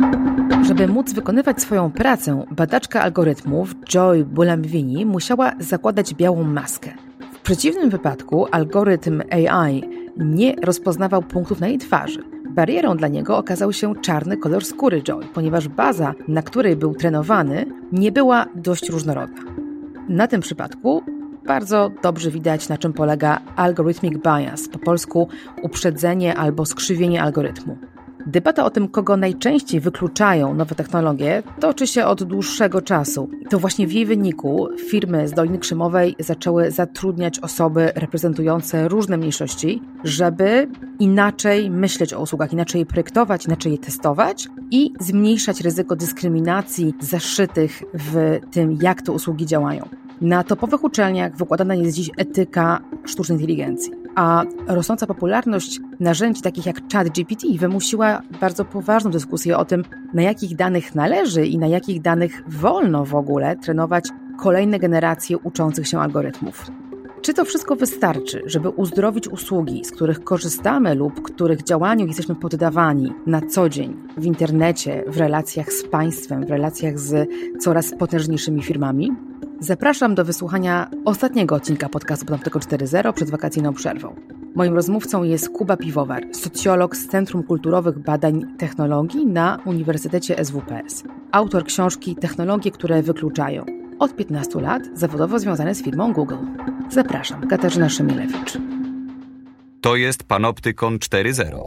Żeby móc wykonywać swoją pracę, badaczka algorytmów Joy Buolamwini musiała zakładać białą maskę. W przeciwnym wypadku algorytm AI nie rozpoznawał punktów na jej twarzy. Barierą dla niego okazał się czarny kolor skóry Joy, ponieważ baza, na której był trenowany, nie była dość różnorodna. Na tym przypadku bardzo dobrze widać, na czym polega algorithmic bias, po polsku uprzedzenie albo skrzywienie algorytmu. Debata o tym, kogo najczęściej wykluczają nowe technologie, toczy się od dłuższego czasu. To właśnie w jej wyniku firmy z Doliny Krzemowej zaczęły zatrudniać osoby reprezentujące różne mniejszości, żeby inaczej myśleć o usługach, inaczej je projektować, inaczej je testować i zmniejszać ryzyko dyskryminacji zaszytych w tym, jak te usługi działają. Na topowych uczelniach wykładana jest dziś etyka sztucznej inteligencji, a rosnąca popularność narzędzi takich jak ChatGPT wymusiła bardzo poważną dyskusję o tym, na jakich danych należy i na jakich danych wolno w ogóle trenować kolejne generacje uczących się algorytmów. Czy to wszystko wystarczy, żeby uzdrowić usługi, z których korzystamy lub których działaniu jesteśmy poddawani na co dzień w internecie, w relacjach z państwem, w relacjach z coraz potężniejszymi firmami? Zapraszam do wysłuchania ostatniego odcinka podcastu Panoptykon 4.0 przed wakacyjną przerwą. Moim rozmówcą jest Kuba Piwowar, socjolog z Centrum Kulturowych Badań Technologii na Uniwersytecie SWPS. Autor książki Technologie, które wykluczają. Od 15 lat zawodowo związany z firmą Google. Zapraszam, Katarzyna Szymielewicz. To jest Panoptykon 4.0.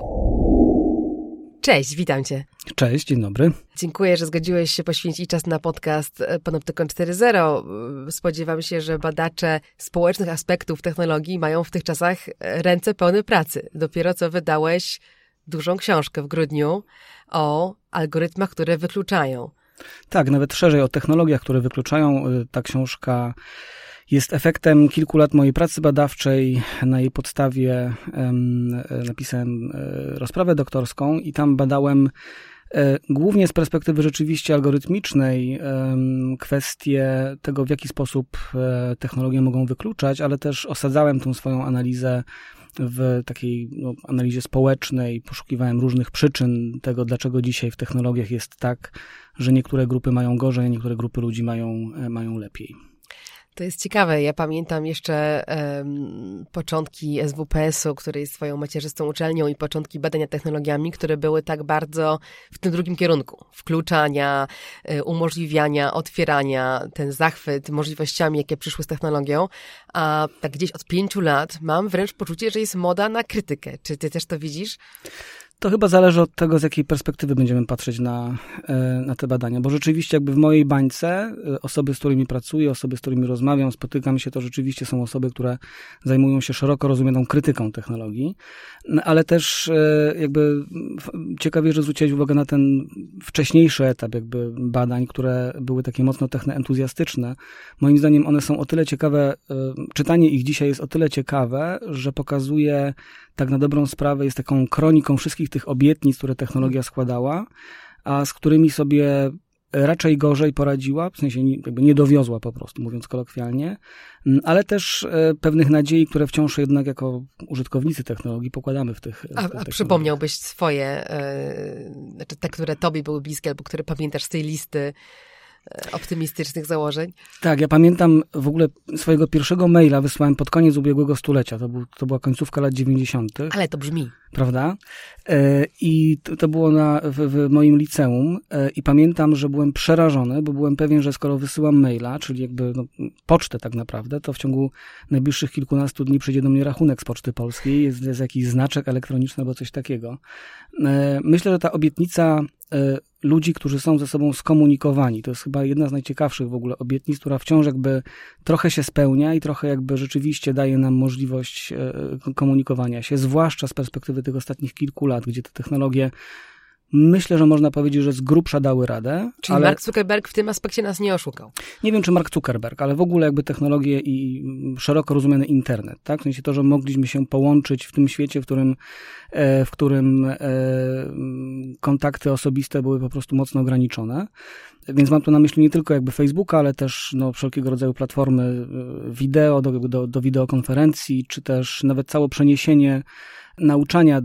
Cześć, witam Cię. Cześć, dzień dobry. Dziękuję, że zgodziłeś się poświęcić czas na podcast Panoptykon 4.0. Spodziewam się, że badacze społecznych aspektów technologii mają w tych czasach ręce pełne pracy. Dopiero co wydałeś dużą książkę w grudniu o algorytmach, które wykluczają. Tak, nawet szerzej o technologiach, które wykluczają. Ta książka jest efektem kilku lat mojej pracy badawczej. Na jej podstawie napisałem rozprawę doktorską i tam badałem głównie z perspektywy rzeczywiście algorytmicznej kwestie tego, w jaki sposób technologie mogą wykluczać, ale też osadzałem tą swoją analizę w takiej analizie społecznej, poszukiwałem różnych przyczyn tego, dlaczego dzisiaj w technologiach jest tak, że niektóre grupy mają gorzej, a niektóre grupy ludzi mają lepiej. To jest ciekawe. Ja pamiętam jeszcze początki SWPS-u, który jest swoją macierzystą uczelnią, i początki badania technologiami, które były tak bardzo w tym drugim kierunku. Wkluczania, umożliwiania, otwierania, ten zachwyt możliwościami, jakie przyszły z technologią. A tak gdzieś od 5 lat mam wręcz poczucie, że jest moda na krytykę. Czy ty też to widzisz? To chyba zależy od tego, z jakiej perspektywy będziemy patrzeć na te badania, bo rzeczywiście jakby w mojej bańce osoby, z którymi pracuję, osoby, z którymi rozmawiam, spotykam się, to rzeczywiście są osoby, które zajmują się szeroko rozumianą krytyką technologii, ale też jakby ciekawie, że zwróciłeś uwagę na ten wcześniejszy etap jakby badań, które były takie mocno technoentuzjastyczne. Moim zdaniem one są o tyle ciekawe, czytanie ich dzisiaj jest o tyle ciekawe, że pokazuje tak na dobrą sprawę, jest taką kroniką wszystkich tych obietnic, które technologia składała, a z którymi sobie raczej gorzej poradziła, w sensie jakby nie dowiozła po prostu, mówiąc kolokwialnie, ale też pewnych nadziei, które wciąż jednak jako użytkownicy technologii pokładamy w tych A przypomniałbyś swoje, znaczy te, które tobie były bliskie, albo które pamiętasz z tej listy optymistycznych założeń? Tak, ja pamiętam w ogóle swojego pierwszego maila wysłałem pod koniec ubiegłego stulecia. To była końcówka lat 90. Ale to brzmi. Prawda? I to było w moim liceum i pamiętam, że byłem przerażony, bo byłem pewien, że skoro wysyłam maila, czyli jakby pocztę tak naprawdę, to w ciągu najbliższych kilkunastu dni przyjdzie do mnie rachunek z Poczty Polskiej, jest jakiś znaczek elektroniczny albo coś takiego. Myślę, że ta obietnica ludzi, którzy są ze sobą skomunikowani, to jest chyba jedna z najciekawszych w ogóle obietnic, która wciąż jakby trochę się spełnia i trochę jakby rzeczywiście daje nam możliwość komunikowania się, zwłaszcza z perspektywy tych ostatnich kilku lat, gdzie te technologie, myślę, że można powiedzieć, że z grubsza dały radę. Czyli ale Mark Zuckerberg w tym aspekcie nas nie oszukał. Nie wiem, czy Mark Zuckerberg, ale w ogóle jakby technologie i szeroko rozumiany internet, tak? W sensie to, że mogliśmy się połączyć w tym świecie, w którym kontakty osobiste były po prostu mocno ograniczone. Więc mam tu na myśli nie tylko jakby Facebooka, ale też wszelkiego rodzaju platformy wideo do wideokonferencji, czy też nawet całe przeniesienie nauczania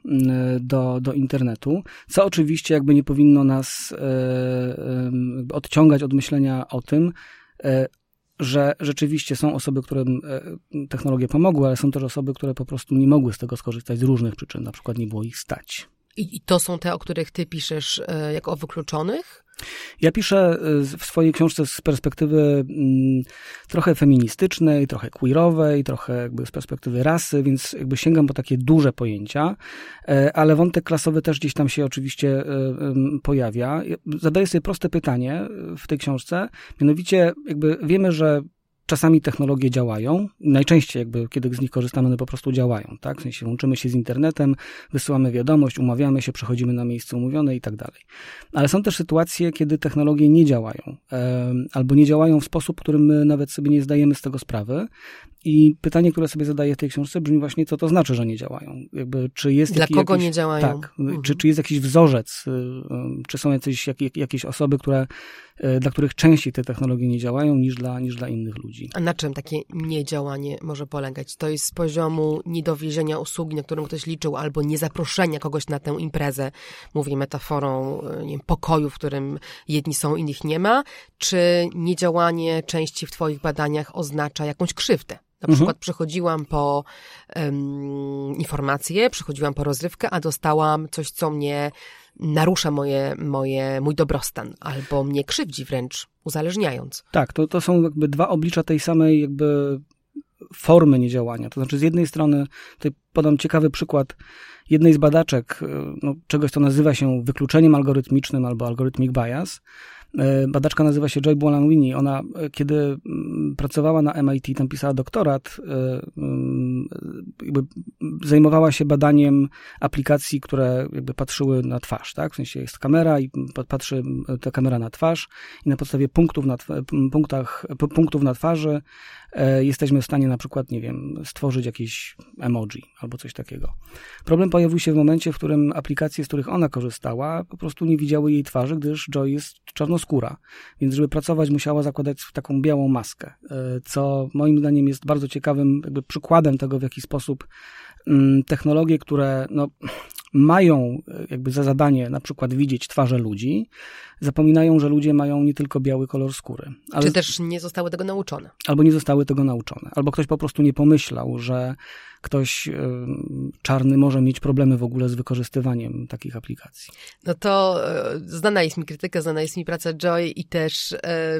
do internetu, co oczywiście jakby nie powinno nas odciągać od myślenia o tym, że rzeczywiście są osoby, którym technologie pomogły, ale są też osoby, które po prostu nie mogły z tego skorzystać z różnych przyczyn, na przykład nie było ich stać. I to są te, o których ty piszesz jako o wykluczonych? Ja piszę w swojej książce z perspektywy trochę feministycznej, trochę queerowej, trochę jakby z perspektywy rasy, więc jakby sięgam po takie duże pojęcia, ale wątek klasowy też gdzieś tam się oczywiście pojawia. Zadaję sobie proste pytanie w tej książce, mianowicie jakby wiemy, że czasami technologie działają, najczęściej jakby, kiedy z nich korzystamy, one po prostu działają, tak? W sensie łączymy się z internetem, wysyłamy wiadomość, umawiamy się, przechodzimy na miejsce umówione i tak dalej. Ale są też sytuacje, kiedy technologie nie działają, albo nie działają w sposób, którym my nawet sobie nie zdajemy z tego sprawy. I pytanie, które sobie zadaję w tej książce, brzmi właśnie, co to znaczy, że nie działają. Jakby, czy jest Dla kogo nie działają? Tak. Czy jest jakiś wzorzec, czy są jakieś osoby, dla których częściej te technologie nie działają niż dla innych ludzi. A na czym takie niedziałanie może polegać? To jest z poziomu niedowiezienia usługi, na którą ktoś liczył, albo niezaproszenia kogoś na tę imprezę, mówię metaforą pokoju, w którym jedni są, innych nie ma, czy niedziałanie części w twoich badaniach oznacza jakąś krzywdę? Na przykład przechodziłam po informacje, przechodziłam po rozrywkę, a dostałam coś, co mnie narusza mój dobrostan, albo mnie krzywdzi wręcz, uzależniając. Tak, to są jakby dwa oblicza tej samej jakby formy niedziałania. To znaczy z jednej strony, tutaj podam ciekawy przykład jednej z badaczek, czegoś, co nazywa się wykluczeniem algorytmicznym albo algorithmic bias. Badaczka nazywa się Joy Buolamwini. Ona, kiedy pracowała na MIT, tam pisała doktorat, jakby zajmowała się badaniem aplikacji, które jakby patrzyły na twarz, tak? W sensie jest kamera i patrzy ta kamera na twarz i na podstawie punktów na twarzy jesteśmy w stanie na przykład, nie wiem, stworzyć jakieś emoji albo coś takiego. Problem pojawił się w momencie, w którym aplikacje, z których ona korzystała, po prostu nie widziały jej twarzy, gdyż Joy jest czarnoskóra. Więc żeby pracować, musiała zakładać taką białą maskę, co moim zdaniem jest bardzo ciekawym jakby przykładem tego, w jaki sposób technologie, które mają jakby za zadanie na przykład widzieć twarze ludzi, zapominają, że ludzie mają nie tylko biały kolor skóry. Ale czy też nie zostały tego nauczone. Albo nie zostały tego nauczone. Albo ktoś po prostu nie pomyślał, że ktoś czarny może mieć problemy w ogóle z wykorzystywaniem takich aplikacji. No to znana jest mi krytyka, znana jest mi praca Joy i też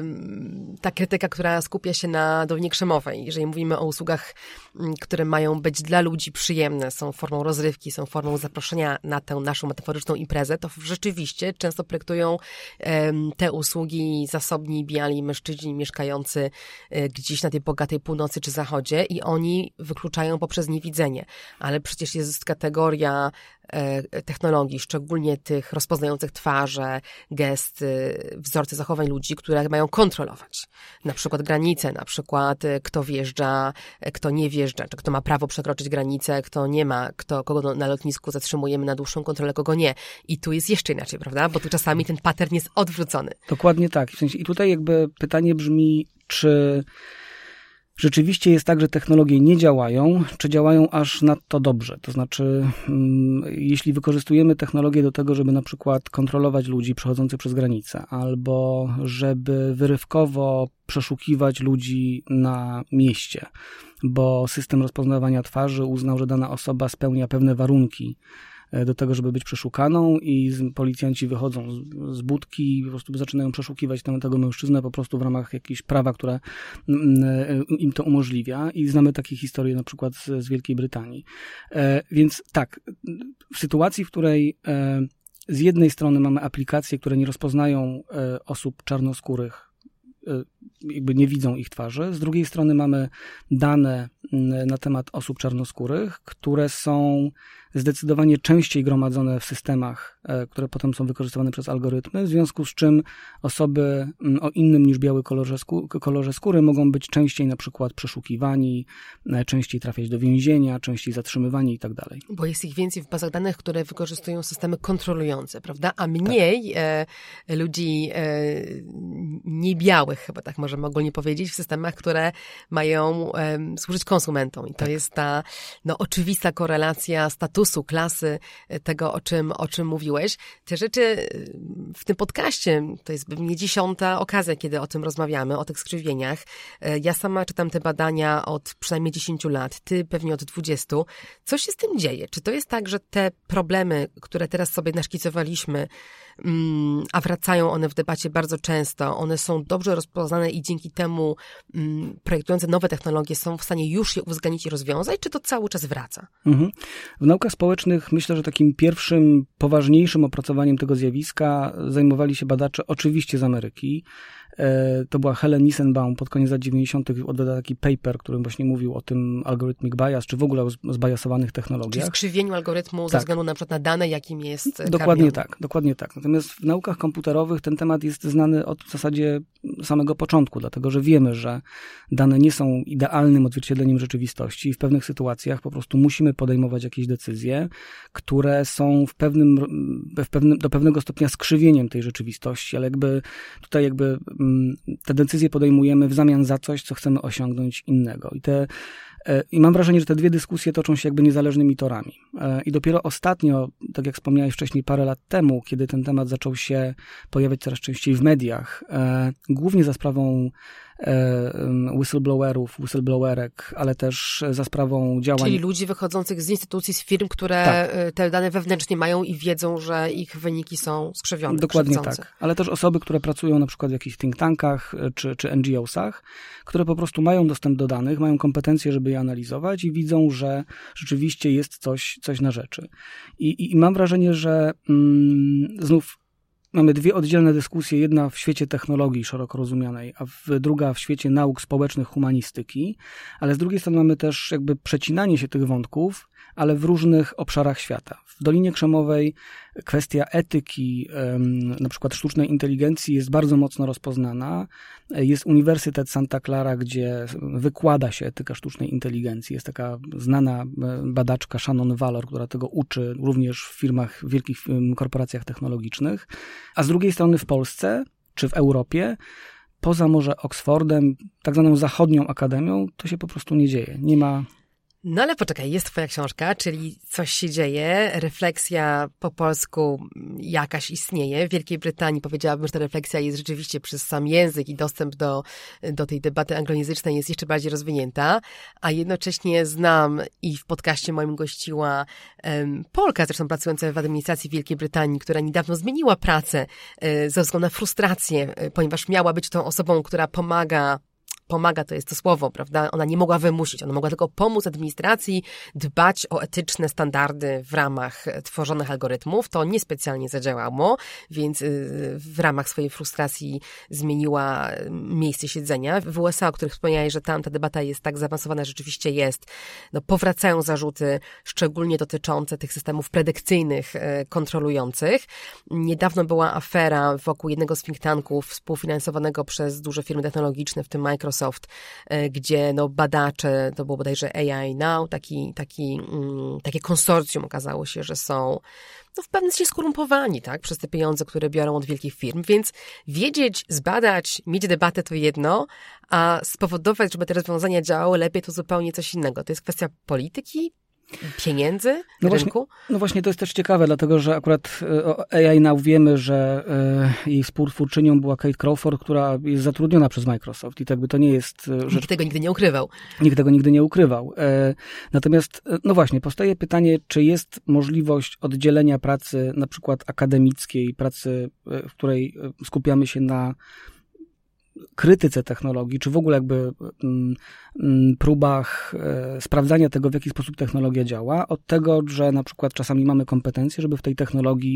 ta krytyka, która skupia się na dolinie krzemowej. Jeżeli mówimy o usługach, które mają być dla ludzi przyjemne, są formą rozrywki, są formą zaproszenia na tę naszą metaforyczną imprezę, to rzeczywiście często projektują te usługi zasobni, biali mężczyźni mieszkający gdzieś na tej bogatej północy czy zachodzie i oni wykluczają poprzez niewidzenie. Ale przecież jest kategoria technologii, szczególnie tych rozpoznających twarze, gesty, wzorce zachowań ludzi, które mają kontrolować. Na przykład granice, na przykład kto wjeżdża, kto nie wjeżdża, czy kto ma prawo przekroczyć granicę, kto nie ma, kogo na lotnisku zatrzymujemy na dłuższą kontrolę, kogo nie. I tu jest jeszcze inaczej, prawda? Bo tu czasami ten pattern jest odwrócony. Dokładnie tak. W sensie, i tutaj jakby pytanie brzmi, czy rzeczywiście jest tak, że technologie nie działają, czy działają aż nadto dobrze? To znaczy, jeśli wykorzystujemy technologię do tego, żeby na przykład kontrolować ludzi przechodzących przez granicę, albo żeby wyrywkowo przeszukiwać ludzi na mieście, bo system rozpoznawania twarzy uznał, że dana osoba spełnia pewne warunki do tego, żeby być przeszukaną i policjanci wychodzą z budki i po prostu zaczynają przeszukiwać tego mężczyznę po prostu w ramach jakiegoś prawa, które im to umożliwia i znamy takie historie na przykład z Wielkiej Brytanii. Więc tak, w sytuacji, w której z jednej strony mamy aplikacje, które nie rozpoznają osób czarnoskórych, jakby nie widzą ich twarzy. Z drugiej strony mamy dane na temat osób czarnoskórych, które są zdecydowanie częściej gromadzone w systemach, które potem są wykorzystywane przez algorytmy, w związku z czym osoby o innym niż biały kolorze skóry mogą być częściej na przykład przeszukiwani, częściej trafiać do więzienia, częściej zatrzymywani i tak dalej. Bo jest ich więcej w bazach danych, które wykorzystują systemy kontrolujące, prawda? A mniej ludzi niebiałych, chyba tak możemy ogólnie powiedzieć, w systemach, które mają służyć konsumentom. I to jest ta oczywista korelacja statusu, klasy, tego, o czym mówiłeś. Te rzeczy w tym podcaście, to jest pewnie 10. okazja, kiedy o tym rozmawiamy, o tych skrzywieniach. Ja sama czytam te badania od przynajmniej 10 lat, ty pewnie od 20. Co się z tym dzieje? Czy to jest tak, że te problemy, które teraz sobie naszkicowaliśmy, a wracają one w debacie bardzo często, one są dobrze rozpoznane i dzięki temu projektujące nowe technologie są w stanie już je uwzględnić i rozwiązać, czy to cały czas wraca? W naukach społecznych myślę, że takim pierwszym, poważniejszym opracowaniem tego zjawiska zajmowali się badacze oczywiście z Ameryki. To była Helen Nissenbaum pod koniec lat 90. oddała taki paper, który właśnie mówił o tym algorithmic bias, czy w ogóle o zbajasowanych technologiach. Czyli skrzywieniu algorytmu ze względu na przykład na dane, jakim jest Dokładnie tak. Natomiast w naukach komputerowych ten temat jest znany od w zasadzie samego początku, dlatego że wiemy, że dane nie są idealnym odzwierciedleniem rzeczywistości i w pewnych sytuacjach po prostu musimy podejmować jakieś decyzje, które są do pewnego stopnia skrzywieniem tej rzeczywistości, ale tutaj te decyzje podejmujemy w zamian za coś, co chcemy osiągnąć innego. I mam wrażenie, że te dwie dyskusje toczą się niezależnymi torami. I dopiero ostatnio, tak jak wspomniałeś wcześniej, parę lat temu, kiedy ten temat zaczął się pojawiać coraz częściej w mediach, głównie za sprawą whistleblowerek, ale też za sprawą działań... Czyli ludzi wychodzących z instytucji, z firm, które te dane wewnętrznie mają i wiedzą, że ich wyniki są skrzywione. Dokładnie tak. Ale też osoby, które pracują na przykład w jakichś think tankach czy NGO-sach, które po prostu mają dostęp do danych, mają kompetencje, żeby je analizować i widzą, że rzeczywiście jest coś na rzeczy. I mam wrażenie, że znów mamy dwie oddzielne dyskusje, jedna w świecie technologii szeroko rozumianej, a druga w świecie nauk społecznych, humanistyki, ale z drugiej strony mamy też przecinanie się tych wątków, ale w różnych obszarach świata. W Dolinie Krzemowej kwestia etyki, na przykład sztucznej inteligencji jest bardzo mocno rozpoznana. Jest Uniwersytet Santa Clara, gdzie wykłada się etyka sztucznej inteligencji. Jest taka znana badaczka Shannon Valor, która tego uczy również w firmach, w wielkich korporacjach technologicznych. A z drugiej strony w Polsce czy w Europie, poza może Oxfordem, tak zwaną zachodnią akademią, to się po prostu nie dzieje. Nie ma... No ale poczekaj, jest twoja książka, czyli coś się dzieje, refleksja po polsku jakaś istnieje. W Wielkiej Brytanii powiedziałabym, że ta refleksja jest rzeczywiście przez sam język i dostęp do tej debaty anglojęzycznej jest jeszcze bardziej rozwinięta, a jednocześnie znam i w podcaście moim gościła Polka, zresztą pracująca w administracji Wielkiej Brytanii, która niedawno zmieniła pracę ze względu na frustrację, ponieważ miała być tą osobą, która pomaga, to jest to słowo, prawda? Ona nie mogła wymusić, ona mogła tylko pomóc administracji dbać o etyczne standardy w ramach tworzonych algorytmów. To niespecjalnie zadziałało, więc w ramach swojej frustracji zmieniła miejsce siedzenia. W USA, o których wspomniałeś, że tam ta debata jest tak zaawansowana, rzeczywiście jest. Powracają zarzuty, szczególnie dotyczące tych systemów predykcyjnych, kontrolujących. Niedawno była afera wokół jednego z think tanków współfinansowanego przez duże firmy technologiczne, w tym Microsoft, gdzie badacze, to było bodajże AI Now, takie konsorcjum okazało się, że są w pewnym sensie skorumpowani, tak, przez te pieniądze, które biorą od wielkich firm, więc wiedzieć, zbadać, mieć debatę to jedno, a spowodować, żeby te rozwiązania działały lepiej, to zupełnie coś innego. To jest kwestia polityki, pieniędzy, rynku? No właśnie, to jest też ciekawe, dlatego że akurat o AI Now wiemy, że jej współtwórczynią była Kate Crawford, która jest zatrudniona przez Microsoft i to nie jest rzecz... Nikt tego nigdy nie ukrywał. Nikt tego nigdy nie ukrywał. Natomiast, no właśnie, powstaje pytanie, czy jest możliwość oddzielenia pracy na przykład akademickiej, pracy, w której skupiamy się na krytyce technologii, czy w ogóle jakby próbach sprawdzania tego, w jaki sposób technologia działa, od tego, że na przykład czasami mamy kompetencje, żeby w tej technologii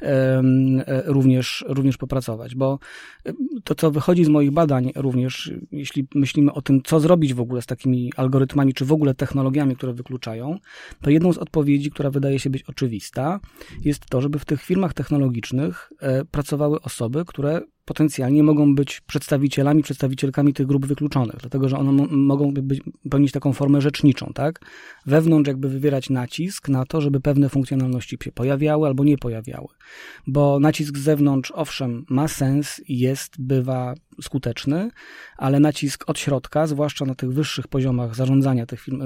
również popracować, bo to, co wychodzi z moich badań również, jeśli myślimy o tym, co zrobić w ogóle z takimi algorytmami, czy w ogóle technologiami, które wykluczają, to jedną z odpowiedzi, która wydaje się być oczywista, jest to, żeby w tych firmach technologicznych pracowały osoby, które potencjalnie mogą być przedstawicielkami tych grup wykluczonych, dlatego że one mogą pełnić taką formę rzeczniczą, tak? Wewnątrz jakby wywierać nacisk na to, żeby pewne funkcjonalności się pojawiały albo nie pojawiały. Bo nacisk z zewnątrz, owszem, ma sens, bywa skuteczny, ale nacisk od środka, zwłaszcza na tych wyższych poziomach zarządzania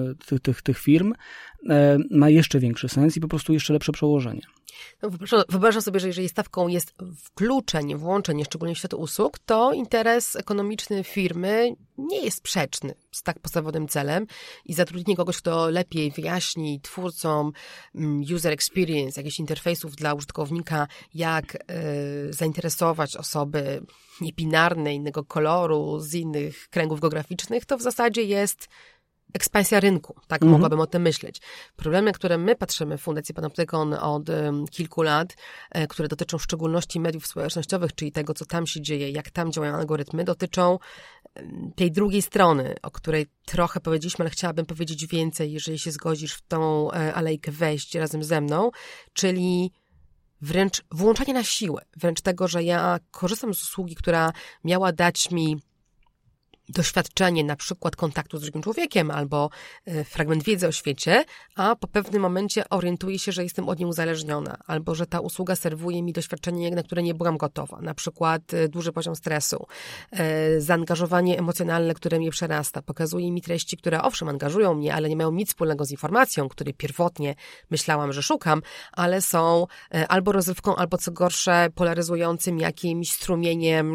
tych firm, ma jeszcze większy sens i po prostu jeszcze lepsze przełożenie. No, wyobrażam sobie, że jeżeli stawką jest włączenie, szczególnie w świat usług, to interes ekonomiczny firmy nie jest sprzeczny z tak podstawowym celem i zatrudnienie kogoś, kto lepiej wyjaśni twórcom user experience, jakichś interfejsów dla użytkownika, jak zainteresować osoby niebinarne, innego koloru, z innych kręgów geograficznych, to w zasadzie jest ekspansja rynku, tak mogłabym o tym myśleć. Problemy, na które my patrzymy w Fundacji Panoptykon od kilku lat, które dotyczą w szczególności mediów społecznościowych, czyli tego, co tam się dzieje, jak tam działają algorytmy, dotyczą tej drugiej strony, o której trochę powiedzieliśmy, ale chciałabym powiedzieć więcej, jeżeli się zgodzisz w tą alejkę wejść razem ze mną, czyli wręcz włączanie na siłę, wręcz tego, że ja korzystam z usługi, która miała dać mi doświadczenie na przykład kontaktu z drugim człowiekiem albo fragment wiedzy o świecie, a po pewnym momencie orientuję się, że jestem od niej uzależniona albo że ta usługa serwuje mi doświadczenie, na które nie byłam gotowa. Na przykład duży poziom stresu, zaangażowanie emocjonalne, które mnie przerasta, pokazuje mi treści, które owszem angażują mnie, ale nie mają nic wspólnego z informacją, której pierwotnie myślałam, że szukam, ale są albo rozrywką, albo co gorsze polaryzującym jakimś strumieniem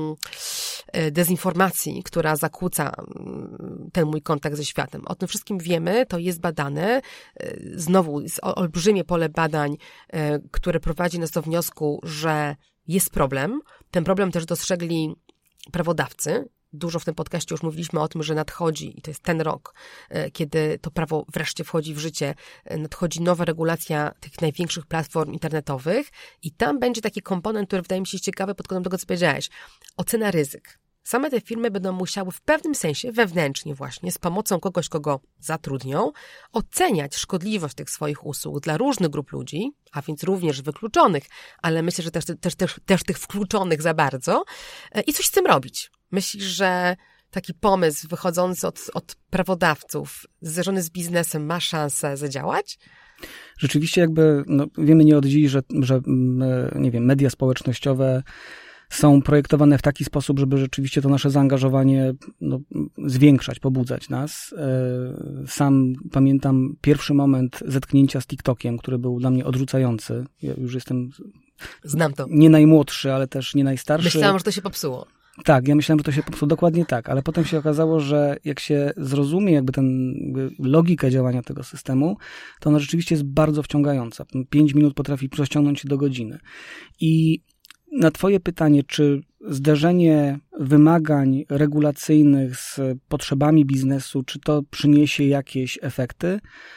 dezinformacji, która zakłóca ten mój kontakt ze światem. O tym wszystkim wiemy, to jest badane. Znowu jest olbrzymie pole badań, które prowadzi nas do wniosku, że jest problem. Ten problem też dostrzegli prawodawcy. Dużo w tym podcaście już mówiliśmy o tym, że nadchodzi, i to jest ten rok, kiedy to prawo wreszcie wchodzi w życie, nadchodzi nowa regulacja tych największych platform internetowych i tam będzie taki komponent, który wydaje mi się ciekawy pod kątem tego, co powiedziałeś. Ocena ryzyk. Same te firmy będą musiały w pewnym sensie wewnętrznie właśnie z pomocą kogoś, kogo zatrudnią, oceniać szkodliwość tych swoich usług dla różnych grup ludzi, a więc również wykluczonych, ale myślę, że też tych wkluczonych za bardzo i coś z tym robić. Myślisz, że taki pomysł wychodzący od prawodawców, zderzony z biznesem ma szansę zadziałać? Rzeczywiście jakby wiemy nie od dziś, że nie wiem, media społecznościowe są projektowane w taki sposób, żeby rzeczywiście to nasze zaangażowanie zwiększać, pobudzać nas. Sam pamiętam pierwszy moment zetknięcia z TikTokiem, który był dla mnie odrzucający. Ja już jestem Znam to. Nie najmłodszy, ale też nie najstarszy. Myślałam, że to się popsuło. Tak, ja myślałem, że to się popsuło. Dokładnie tak, ale potem się okazało, że jak się zrozumie jakby logikę działania tego systemu, to ona rzeczywiście jest bardzo wciągająca. 5 minut potrafi rozciągnąć się do godziny. I na twoje pytanie, czy zderzenie wymagań regulacyjnych z potrzebami biznesu, czy to przyniesie jakieś efekty?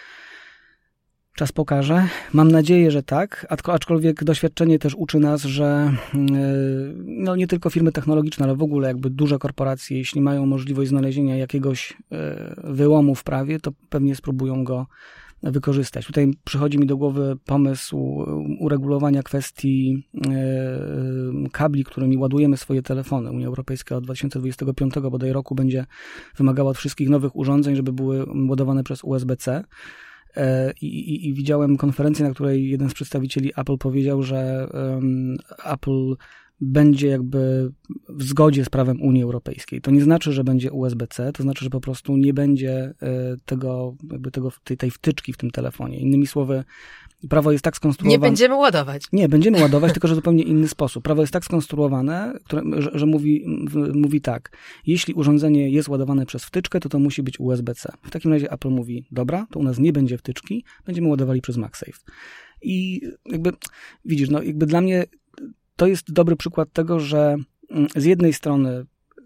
Czas pokaże. Mam nadzieję, że tak, aczkolwiek doświadczenie też uczy nas, że nie tylko firmy technologiczne, ale w ogóle jakby duże korporacje, jeśli mają możliwość znalezienia jakiegoś wyłomu w prawie, to pewnie spróbują go wykorzystać. Tutaj przychodzi mi do głowy pomysł uregulowania kwestii kabli, którymi ładujemy swoje telefony. Unia Europejska od 2025 bodaj roku będzie wymagała od wszystkich nowych urządzeń, żeby były ładowane przez USB-C. I widziałem konferencję, na której jeden z przedstawicieli Apple powiedział, że Apple będzie jakby w zgodzie z prawem Unii Europejskiej. To nie znaczy, że będzie USB-C, to znaczy, że po prostu nie będzie tej wtyczki w tym telefonie. Innymi słowy, prawo jest tak skonstruowane... Nie będziemy ładować. Nie, będziemy ładować, tylko że w zupełnie inny sposób. Prawo jest tak skonstruowane, że mówi tak, jeśli urządzenie jest ładowane przez wtyczkę, to musi być USB-C. W takim razie Apple mówi, dobra, to u nas nie będzie wtyczki, będziemy ładowali przez MagSafe. I jakby, widzisz, jakby dla mnie to jest dobry przykład tego, że z jednej strony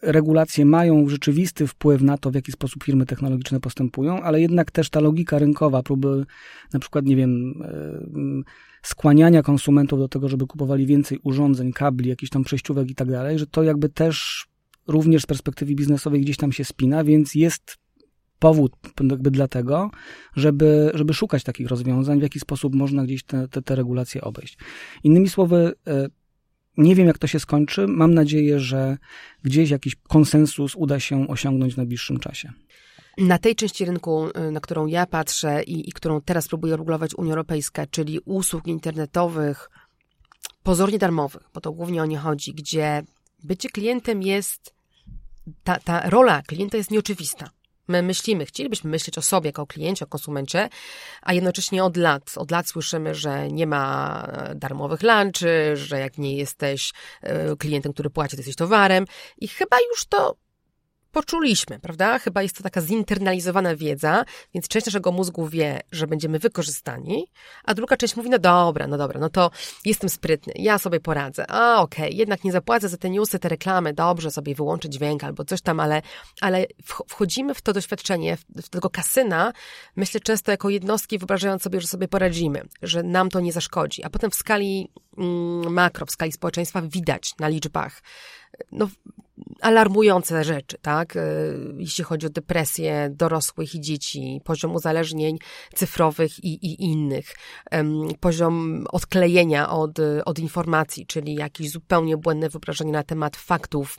regulacje mają rzeczywisty wpływ na to, w jaki sposób firmy technologiczne postępują, ale jednak też ta logika rynkowa, próby na przykład, nie wiem, skłaniania konsumentów do tego, żeby kupowali więcej urządzeń, kabli, jakichś tam przejściówek i tak dalej, że to jakby też również z perspektywy biznesowej gdzieś tam się spina, więc jest powód jakby dlatego, żeby szukać takich rozwiązań, w jaki sposób można gdzieś te regulacje obejść. Innymi słowy, nie wiem, jak to się skończy. Mam nadzieję, że gdzieś jakiś konsensus uda się osiągnąć w najbliższym czasie. Na tej części rynku, na którą ja patrzę i którą teraz próbuje regulować Unia Europejska, czyli usług internetowych pozornie darmowych, bo to głównie o nie chodzi, gdzie bycie klientem jest, ta rola klienta jest nieoczywista. My chcielibyśmy myśleć o sobie jako o kliencie, o konsumencie, a jednocześnie od lat słyszymy, że nie ma darmowych lunchy, że jak nie jesteś klientem, który płaci, to jesteś towarem i chyba już to poczuliśmy, prawda? Chyba jest to taka zinternalizowana wiedza, więc część naszego mózgu wie, że będziemy wykorzystani, a druga część mówi, no dobra, no to jestem sprytny, ja sobie poradzę. Okej, jednak nie zapłacę za te newsy, te reklamy, dobrze, sobie wyłączę dźwięk albo coś tam, ale wchodzimy w to doświadczenie, w tego kasyna, myślę często jako jednostki, wyobrażając sobie, że sobie poradzimy, że nam to nie zaszkodzi, a potem w skali makro, w skali społeczeństwa widać na liczbach, alarmujące rzeczy, tak? Jeśli chodzi o depresję dorosłych i dzieci, poziom uzależnień cyfrowych i innych, poziom odklejenia od informacji, czyli jakieś zupełnie błędne wyobrażenie na temat faktów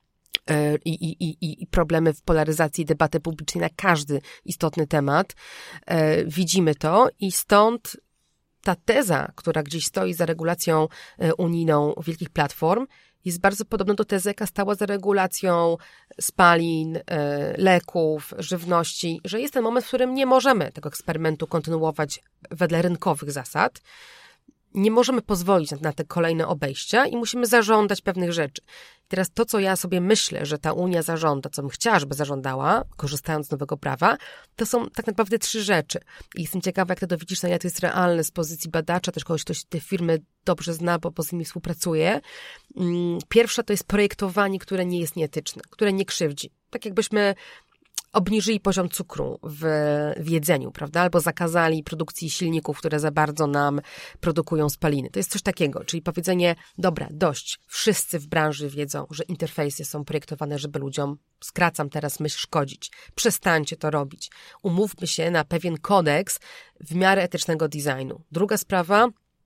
i problemy w polaryzacji debaty publicznej na każdy istotny temat. Widzimy to i stąd ta teza, która gdzieś stoi za regulacją unijną wielkich platform, jest bardzo podobna do tezy, jaka stała za regulacją spalin, leków, żywności, że jest ten moment, w którym nie możemy tego eksperymentu kontynuować wedle rynkowych zasad. Nie możemy pozwolić na te kolejne obejścia i musimy zażądać pewnych rzeczy. I teraz to, co ja sobie myślę, że ta Unia zażąda, co bym chciała, żeby zażądała, korzystając z nowego prawa, to są tak naprawdę 3 rzeczy. I jestem ciekawa, jak ty to widzisz, na ile to jest realne z pozycji badacza, też kogoś, kto te firmy dobrze zna, bo z nimi współpracuje. Pierwsza to jest projektowanie, które nie jest nieetyczne, które nie krzywdzi. Tak jakbyśmy obniżyli poziom cukru w jedzeniu, prawda? Albo zakazali produkcji silników, które za bardzo nam produkują spaliny. To jest coś takiego, czyli powiedzenie, dobra, dość. Wszyscy w branży wiedzą, że interfejsy są projektowane, żeby ludziom, skracam teraz myśl, szkodzić. Przestańcie to robić. Umówmy się na pewien kodeks w miarę etycznego designu. Druga sprawa,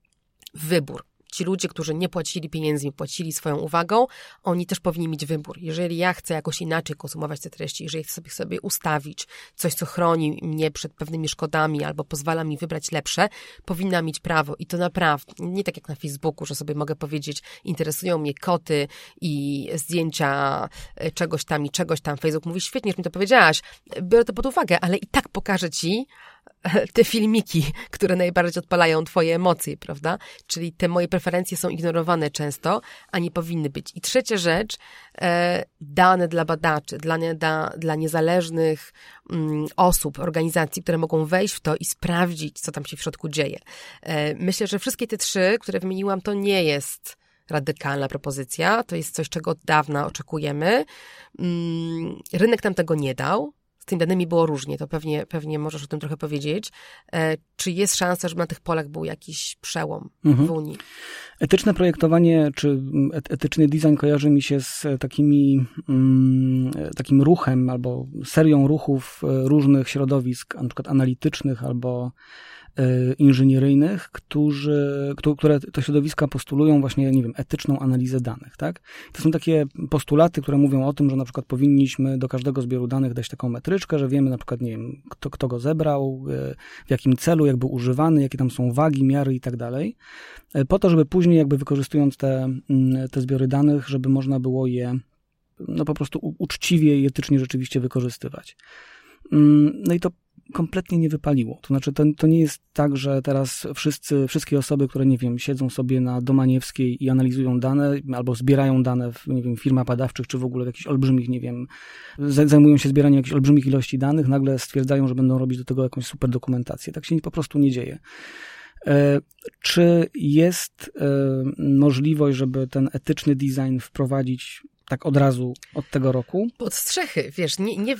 wybór. Ci ludzie, którzy nie płacili pieniędzmi, płacili swoją uwagą, oni też powinni mieć wybór. Jeżeli ja chcę jakoś inaczej konsumować te treści, jeżeli chcę sobie ustawić coś, co chroni mnie przed pewnymi szkodami albo pozwala mi wybrać lepsze, powinna mieć prawo. I to naprawdę, nie tak jak na Facebooku, że sobie mogę powiedzieć, interesują mnie koty i zdjęcia czegoś tam i czegoś tam. Facebook mówi, świetnie, że mi to powiedziałaś, biorę to pod uwagę, ale i tak pokażę ci te filmiki, które najbardziej odpalają twoje emocje, prawda? Czyli te moje preferencje są ignorowane często, a nie powinny być. I trzecia rzecz, dane dla badaczy, dla niezależnych osób, organizacji, które mogą wejść w to i sprawdzić, co tam się w środku dzieje. Myślę, że wszystkie te 3, które wymieniłam, to nie jest radykalna propozycja, to jest coś, czego od dawna oczekujemy. Rynek nam tego nie dał. Z tymi danymi było różnie, to pewnie możesz o tym trochę powiedzieć. Czy jest szansa, żeby na tych polach był jakiś przełom w Unii? Etyczne projektowanie, czy etyczny design kojarzy mi się z takim ruchem albo serią ruchów różnych środowisk, na przykład analitycznych albo inżynieryjnych, które to środowiska postulują właśnie, nie wiem, etyczną analizę danych, tak? To są takie postulaty, które mówią o tym, że na przykład powinniśmy do każdego zbioru danych dać taką metryczkę, że wiemy na przykład, nie wiem, kto go zebrał, w jakim celu, jak był używany, jakie tam są wagi, miary i tak dalej, po to, żeby później jakby wykorzystując te zbiory danych, żeby można było je po prostu uczciwie i etycznie rzeczywiście wykorzystywać. No i to kompletnie nie wypaliło. To znaczy, to nie jest tak, że teraz wszystkie osoby, które, nie wiem, siedzą sobie na Domaniewskiej i analizują dane, albo zbierają dane w, nie wiem, firmach badawczych, czy w ogóle w jakichś olbrzymich, nie wiem, zajmują się zbieraniem jakichś olbrzymich ilości danych, nagle stwierdzają, że będą robić do tego jakąś super dokumentację. Tak się po prostu nie dzieje. Czy jest możliwość, żeby ten etyczny design wprowadzić tak od razu od tego roku. Pod strzechy, wiesz, nie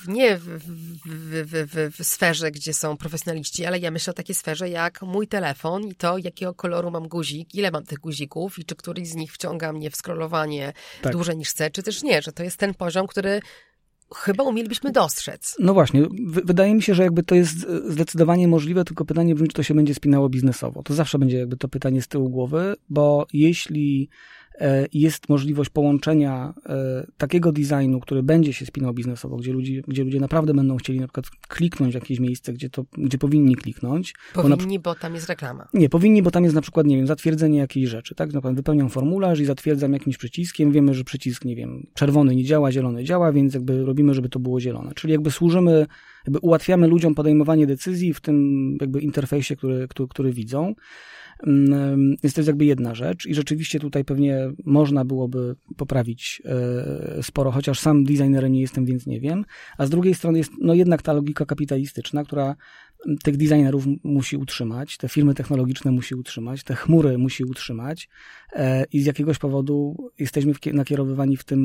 w sferze, gdzie są profesjonaliści, ale ja myślę o takiej sferze jak mój telefon i to, jakiego koloru mam guzik, ile mam tych guzików i czy któryś z nich wciąga mnie w scrollowanie dłużej niż chcę, czy też nie, że to jest ten poziom, który chyba umielibyśmy dostrzec. No właśnie, wydaje mi się, że jakby to jest zdecydowanie możliwe, tylko pytanie brzmi, czy to się będzie spinało biznesowo. To zawsze będzie jakby to pytanie z tyłu głowy, bo jeśli jest możliwość połączenia takiego designu, który będzie się spinał biznesowo, gdzie ludzie naprawdę będą chcieli na przykład kliknąć w jakieś miejsce, gdzie powinni kliknąć. Bo tam jest reklama. Nie, powinni, bo tam jest na przykład, nie wiem, zatwierdzenie jakiejś rzeczy, tak? Na przykład wypełniam formularz i zatwierdzam jakimś przyciskiem, wiemy, że przycisk, nie wiem, czerwony nie działa, zielony działa, więc jakby robimy, żeby to było zielone. Czyli jakby służymy, jakby ułatwiamy ludziom podejmowanie decyzji w tym jakby interfejsie, który widzą. Więc to jest jakby jedna rzecz i rzeczywiście tutaj pewnie można byłoby poprawić sporo, chociaż sam designerem nie jestem, więc nie wiem. A z drugiej strony jest no jednak ta logika kapitalistyczna, która tych designerów musi utrzymać, te firmy technologiczne musi utrzymać, te chmury musi utrzymać i z jakiegoś powodu jesteśmy nakierowywani w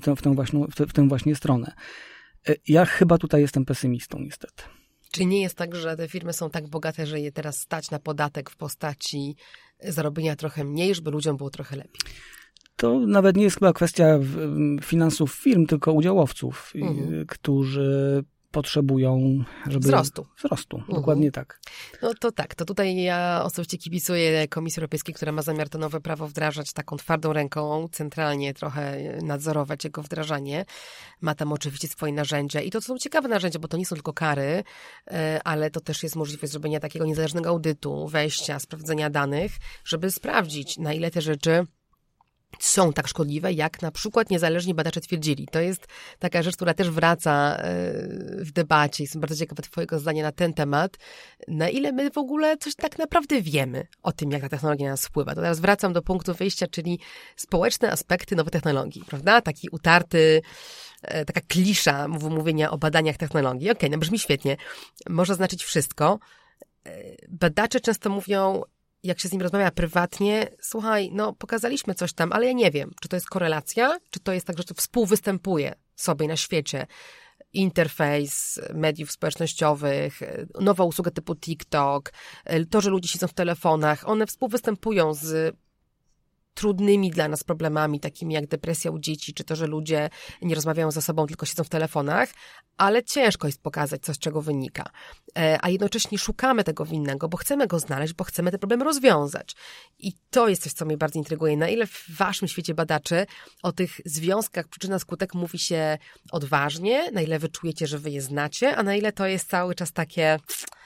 tę właśnie stronę. Ja chyba tutaj jestem pesymistą niestety. Czy nie jest tak, że te firmy są tak bogate, że je teraz stać na podatek w postaci zarobienia trochę mniej, żeby ludziom było trochę lepiej? To nawet nie jest chyba kwestia finansów firm, tylko udziałowców, którzy potrzebują, żeby... Wzrostu, dokładnie tak. No to tak, to tutaj ja osobiście kibicuję Komisji Europejskiej, która ma zamiar to nowe prawo wdrażać taką twardą ręką, centralnie trochę nadzorować jego wdrażanie. Ma tam oczywiście swoje narzędzia i to są ciekawe narzędzia, bo to nie są tylko kary, ale to też jest możliwość zrobienia takiego niezależnego audytu, wejścia, sprawdzenia danych, żeby sprawdzić, na ile te rzeczy są tak szkodliwe, jak na przykład niezależni badacze twierdzili. To jest taka rzecz, która też wraca w debacie. Jestem bardzo ciekawa twojego zdania na ten temat. Na ile my w ogóle coś tak naprawdę wiemy o tym, jak ta technologia na nas wpływa. To teraz wracam do punktu wyjścia, czyli społeczne aspekty nowych technologii, prawda? Taki utarty, taka klisza mówienia o badaniach technologii. Okej, no brzmi świetnie. Może znaczyć wszystko. Badacze często mówią, jak się z nim rozmawia prywatnie, słuchaj, no pokazaliśmy coś tam, ale ja nie wiem, czy to jest korelacja, czy to jest tak, że to współwystępuje sobie na świecie. Interfejs mediów społecznościowych, nowa usługa typu TikTok, to, że ludzie siedzą w telefonach, one współwystępują z trudnymi dla nas problemami, takimi jak depresja u dzieci, czy to, że ludzie nie rozmawiają ze sobą, tylko siedzą w telefonach, ale ciężko jest pokazać, co z czego wynika. A jednocześnie szukamy tego winnego, bo chcemy go znaleźć, bo chcemy ten problem rozwiązać. I to jest coś, co mnie bardzo intryguje. Na ile w waszym świecie badaczy o tych związkach przyczyna-skutek mówi się odważnie, na ile wy czujecie, że wy je znacie, a na ile to jest cały czas takie...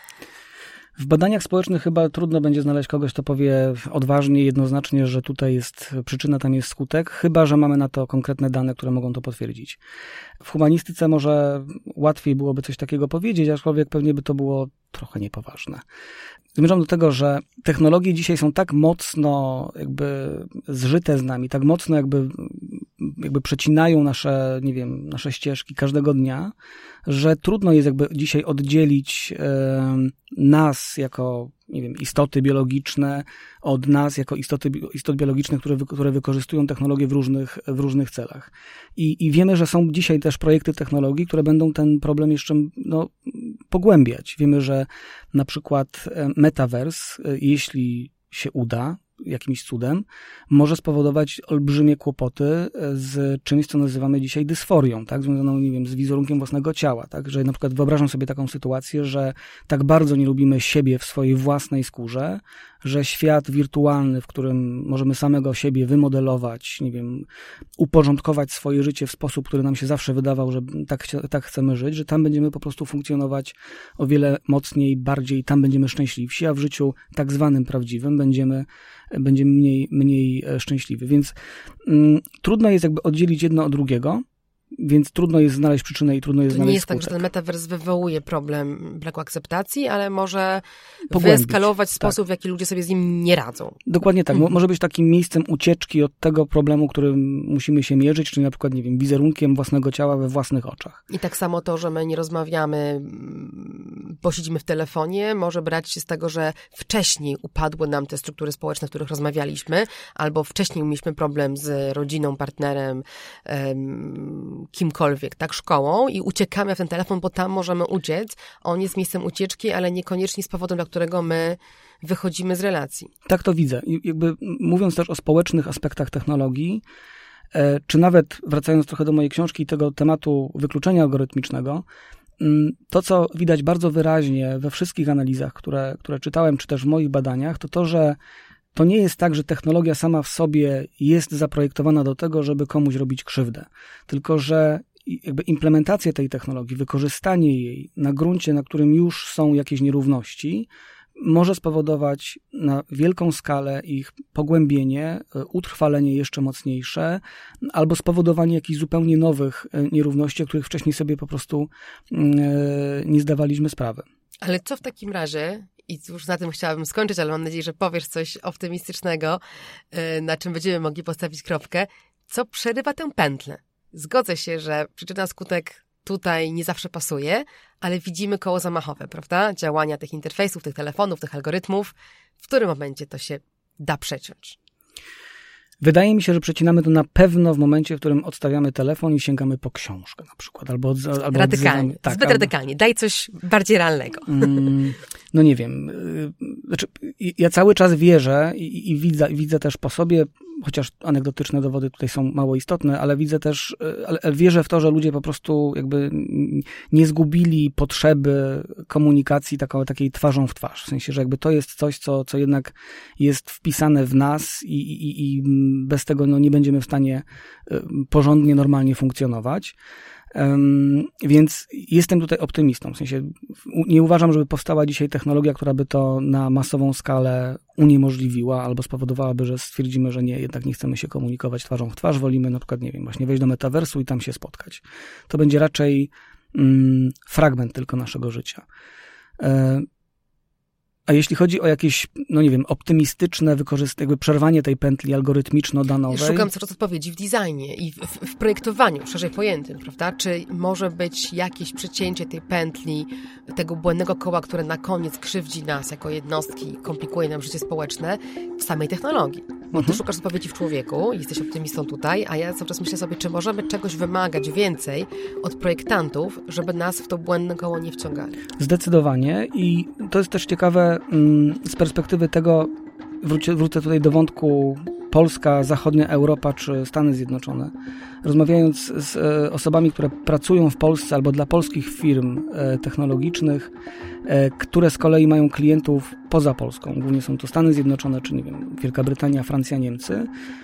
W badaniach społecznych chyba trudno będzie znaleźć kogoś, kto powie odważnie, jednoznacznie, że tutaj jest przyczyna, tam jest skutek, chyba że mamy na to konkretne dane, które mogą to potwierdzić. W humanistyce może łatwiej byłoby coś takiego powiedzieć, aczkolwiek pewnie by to było trochę niepoważne. Zmierzam do tego, że technologie dzisiaj są tak mocno jakby zżyte z nami, tak mocno jakby przecinają nasze, nie wiem, nasze ścieżki każdego dnia, że trudno jest jakby dzisiaj oddzielić nas jako, nie wiem, istoty biologiczne od nas jako istot biologicznych, które wykorzystują technologię w różnych celach. I wiemy, że są dzisiaj też projekty technologii, które będą ten problem jeszcze pogłębiać. Wiemy, że na przykład Metaverse, jeśli się uda, jakimś cudem, może spowodować olbrzymie kłopoty z czymś, co nazywamy dzisiaj dysforią, tak, związaną, nie wiem, z wizerunkiem własnego ciała, tak, że na przykład wyobrażam sobie taką sytuację, że tak bardzo nie lubimy siebie w swojej własnej skórze, że świat wirtualny, w którym możemy samego siebie wymodelować, nie wiem, uporządkować swoje życie w sposób, który nam się zawsze wydawał, że tak chcemy żyć, że tam będziemy po prostu funkcjonować o wiele mocniej, bardziej, tam będziemy szczęśliwsi, a w życiu tak zwanym prawdziwym będziemy mniej szczęśliwi. Więc trudno jest jakby oddzielić jedno od drugiego. więc trudno jest znaleźć przyczynę i trudno jest znaleźć nie jest skutek. tak, że ten metavers wywołuje problem braku akceptacji, ale może wyeskalować sposób, w jaki ludzie sobie z nim nie radzą. Dokładnie tak. Może być takim miejscem ucieczki od tego problemu, którym musimy się mierzyć, czyli na przykład, nie wiem, wizerunkiem własnego ciała we własnych oczach. I tak samo to, że my nie rozmawiamy, bo siedzimy w telefonie, może brać się z tego, że wcześniej upadły nam te struktury społeczne, w których rozmawialiśmy, albo wcześniej mieliśmy problem z rodziną, partnerem, kimkolwiek, tak, szkołą i uciekamy w ten telefon, bo tam możemy uciec. On jest miejscem ucieczki, ale niekoniecznie z powodem, dla którego my wychodzimy z relacji. Tak to widzę. I jakby mówiąc też o społecznych aspektach technologii, czy nawet wracając trochę do mojej książki i tego tematu wykluczenia algorytmicznego, to, co widać bardzo wyraźnie we wszystkich analizach, które czytałem, czy też w moich badaniach, to, że to nie jest tak, że technologia sama w sobie jest zaprojektowana do tego, żeby komuś robić krzywdę, tylko że jakby implementacja tej technologii, wykorzystanie jej na gruncie, na którym już są jakieś nierówności, może spowodować na wielką skalę ich pogłębienie, utrwalenie jeszcze mocniejsze, albo spowodowanie jakichś zupełnie nowych nierówności, o których wcześniej sobie po prostu nie zdawaliśmy sprawy. Ale co w takim razie, i już na tym chciałabym skończyć, ale mam nadzieję, że powiesz coś optymistycznego, na czym będziemy mogli postawić kropkę, co przerywa tę pętlę? Zgodzę się, że przyczyna skutek tutaj nie zawsze pasuje, ale widzimy koło zamachowe, prawda? Działania tych interfejsów, tych telefonów, tych algorytmów. W którym momencie to się da przeciąć? Wydaje mi się, że przecinamy to na pewno w momencie, w którym odstawiamy telefon i sięgamy po książkę na przykład. Albo radykalnie, tak, zbyt radykalnie. Daj coś bardziej realnego. No nie wiem. Znaczy, ja cały czas wierzę i widzę też po sobie, chociaż anegdotyczne dowody tutaj są mało istotne, ale widzę też, ale wierzę w to, że ludzie po prostu jakby nie zgubili potrzeby komunikacji takiej twarzą w twarz. W sensie, że jakby to jest coś, co jednak jest wpisane w nas i bez tego nie będziemy w stanie porządnie, normalnie funkcjonować. Więc jestem tutaj optymistą. W sensie nie uważam, żeby powstała dzisiaj technologia, która by to na masową skalę uniemożliwiła albo spowodowałaby, że stwierdzimy, że nie, jednak nie chcemy się komunikować twarzą w twarz, wolimy na przykład, nie wiem, właśnie wejść do metaversu i tam się spotkać. To będzie raczej fragment tylko naszego życia. A jeśli chodzi o jakieś, nie wiem, optymistyczne jakby przerwanie tej pętli algorytmiczno-danowej... Szukam coraz odpowiedzi w designie i w projektowaniu, szerzej pojętym, prawda? Czy może być jakieś przecięcie tej pętli, tego błędnego koła, które na koniec krzywdzi nas jako jednostki, komplikuje nam życie społeczne w samej technologii? Bo ty szukasz odpowiedzi w człowieku, jesteś optymistą tutaj, a ja cały czas myślę sobie, czy możemy czegoś wymagać więcej od projektantów, żeby nas w to błędne koło nie wciągali. Zdecydowanie i to jest też ciekawe z perspektywy tego, wrócę tutaj do wątku Polska, zachodnia Europa czy Stany Zjednoczone. Rozmawiając z osobami, które pracują w Polsce albo dla polskich firm technologicznych, które z kolei mają klientów poza Polską, głównie są to Stany Zjednoczone, czy nie wiem, Wielka Brytania, Francja, Niemcy,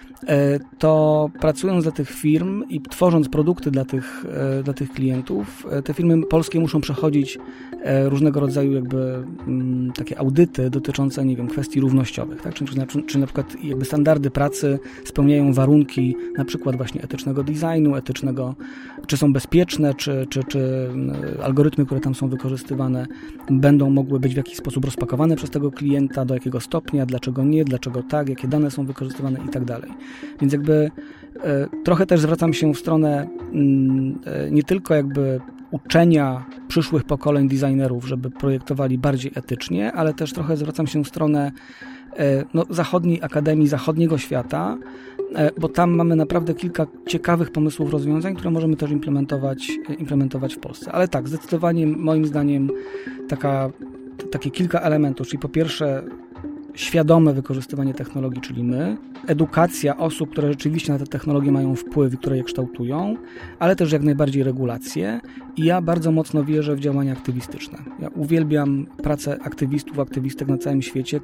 to pracując dla tych firm i tworząc produkty dla tych klientów, te firmy polskie muszą przechodzić różnego rodzaju jakby takie audyty dotyczące, nie wiem, kwestii równościowych, tak? Czy na przykład jakby standardy pracy spełniają warunki na przykład właśnie etycznego designu, czy są bezpieczne, czy algorytmy, które tam są wykorzystywane, będą mogły być w jakiś sposób rozpakowane przez tego klienta, do jakiego stopnia, dlaczego nie, dlaczego tak, jakie dane są wykorzystywane i tak dalej. Więc jakby trochę też zwracam się w stronę nie tylko jakby uczenia przyszłych pokoleń designerów, żeby projektowali bardziej etycznie, ale też trochę zwracam się w stronę zachodniej akademii, zachodniego świata, bo tam mamy naprawdę kilka ciekawych pomysłów rozwiązań, które możemy też implementować w Polsce. Ale tak, zdecydowanie moim zdaniem takie kilka elementów, czyli po pierwsze świadome wykorzystywanie technologii, czyli my, edukacja osób, które rzeczywiście na te technologie mają wpływ i które je kształtują, ale też jak najbardziej regulacje i ja bardzo mocno wierzę w działania aktywistyczne. Ja uwielbiam pracę aktywistów, aktywistek na całym świecie,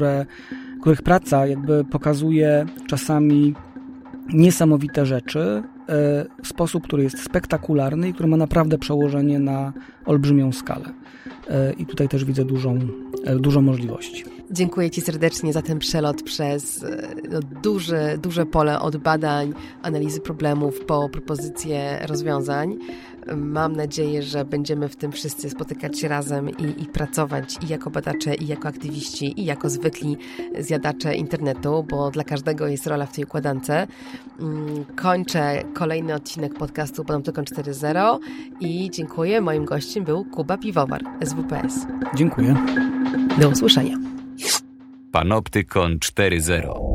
których praca jakby pokazuje czasami niesamowite rzeczy, w sposób, który jest spektakularny i który ma naprawdę przełożenie na olbrzymią skalę. I tutaj też widzę dużo możliwości. Dziękuję Ci serdecznie za ten przelot przez duże pole od badań, analizy problemów po propozycje rozwiązań. Mam nadzieję, że będziemy w tym wszyscy spotykać się razem i pracować i jako badacze, i jako aktywiści, i jako zwykli zjadacze internetu, bo dla każdego jest rola w tej układance. Kończę kolejny odcinek podcastu Panoptykon 4.0 i dziękuję. Moim gościem był Kuba Piwowar, SWPS. Dziękuję. Do usłyszenia. Panoptykon 4.0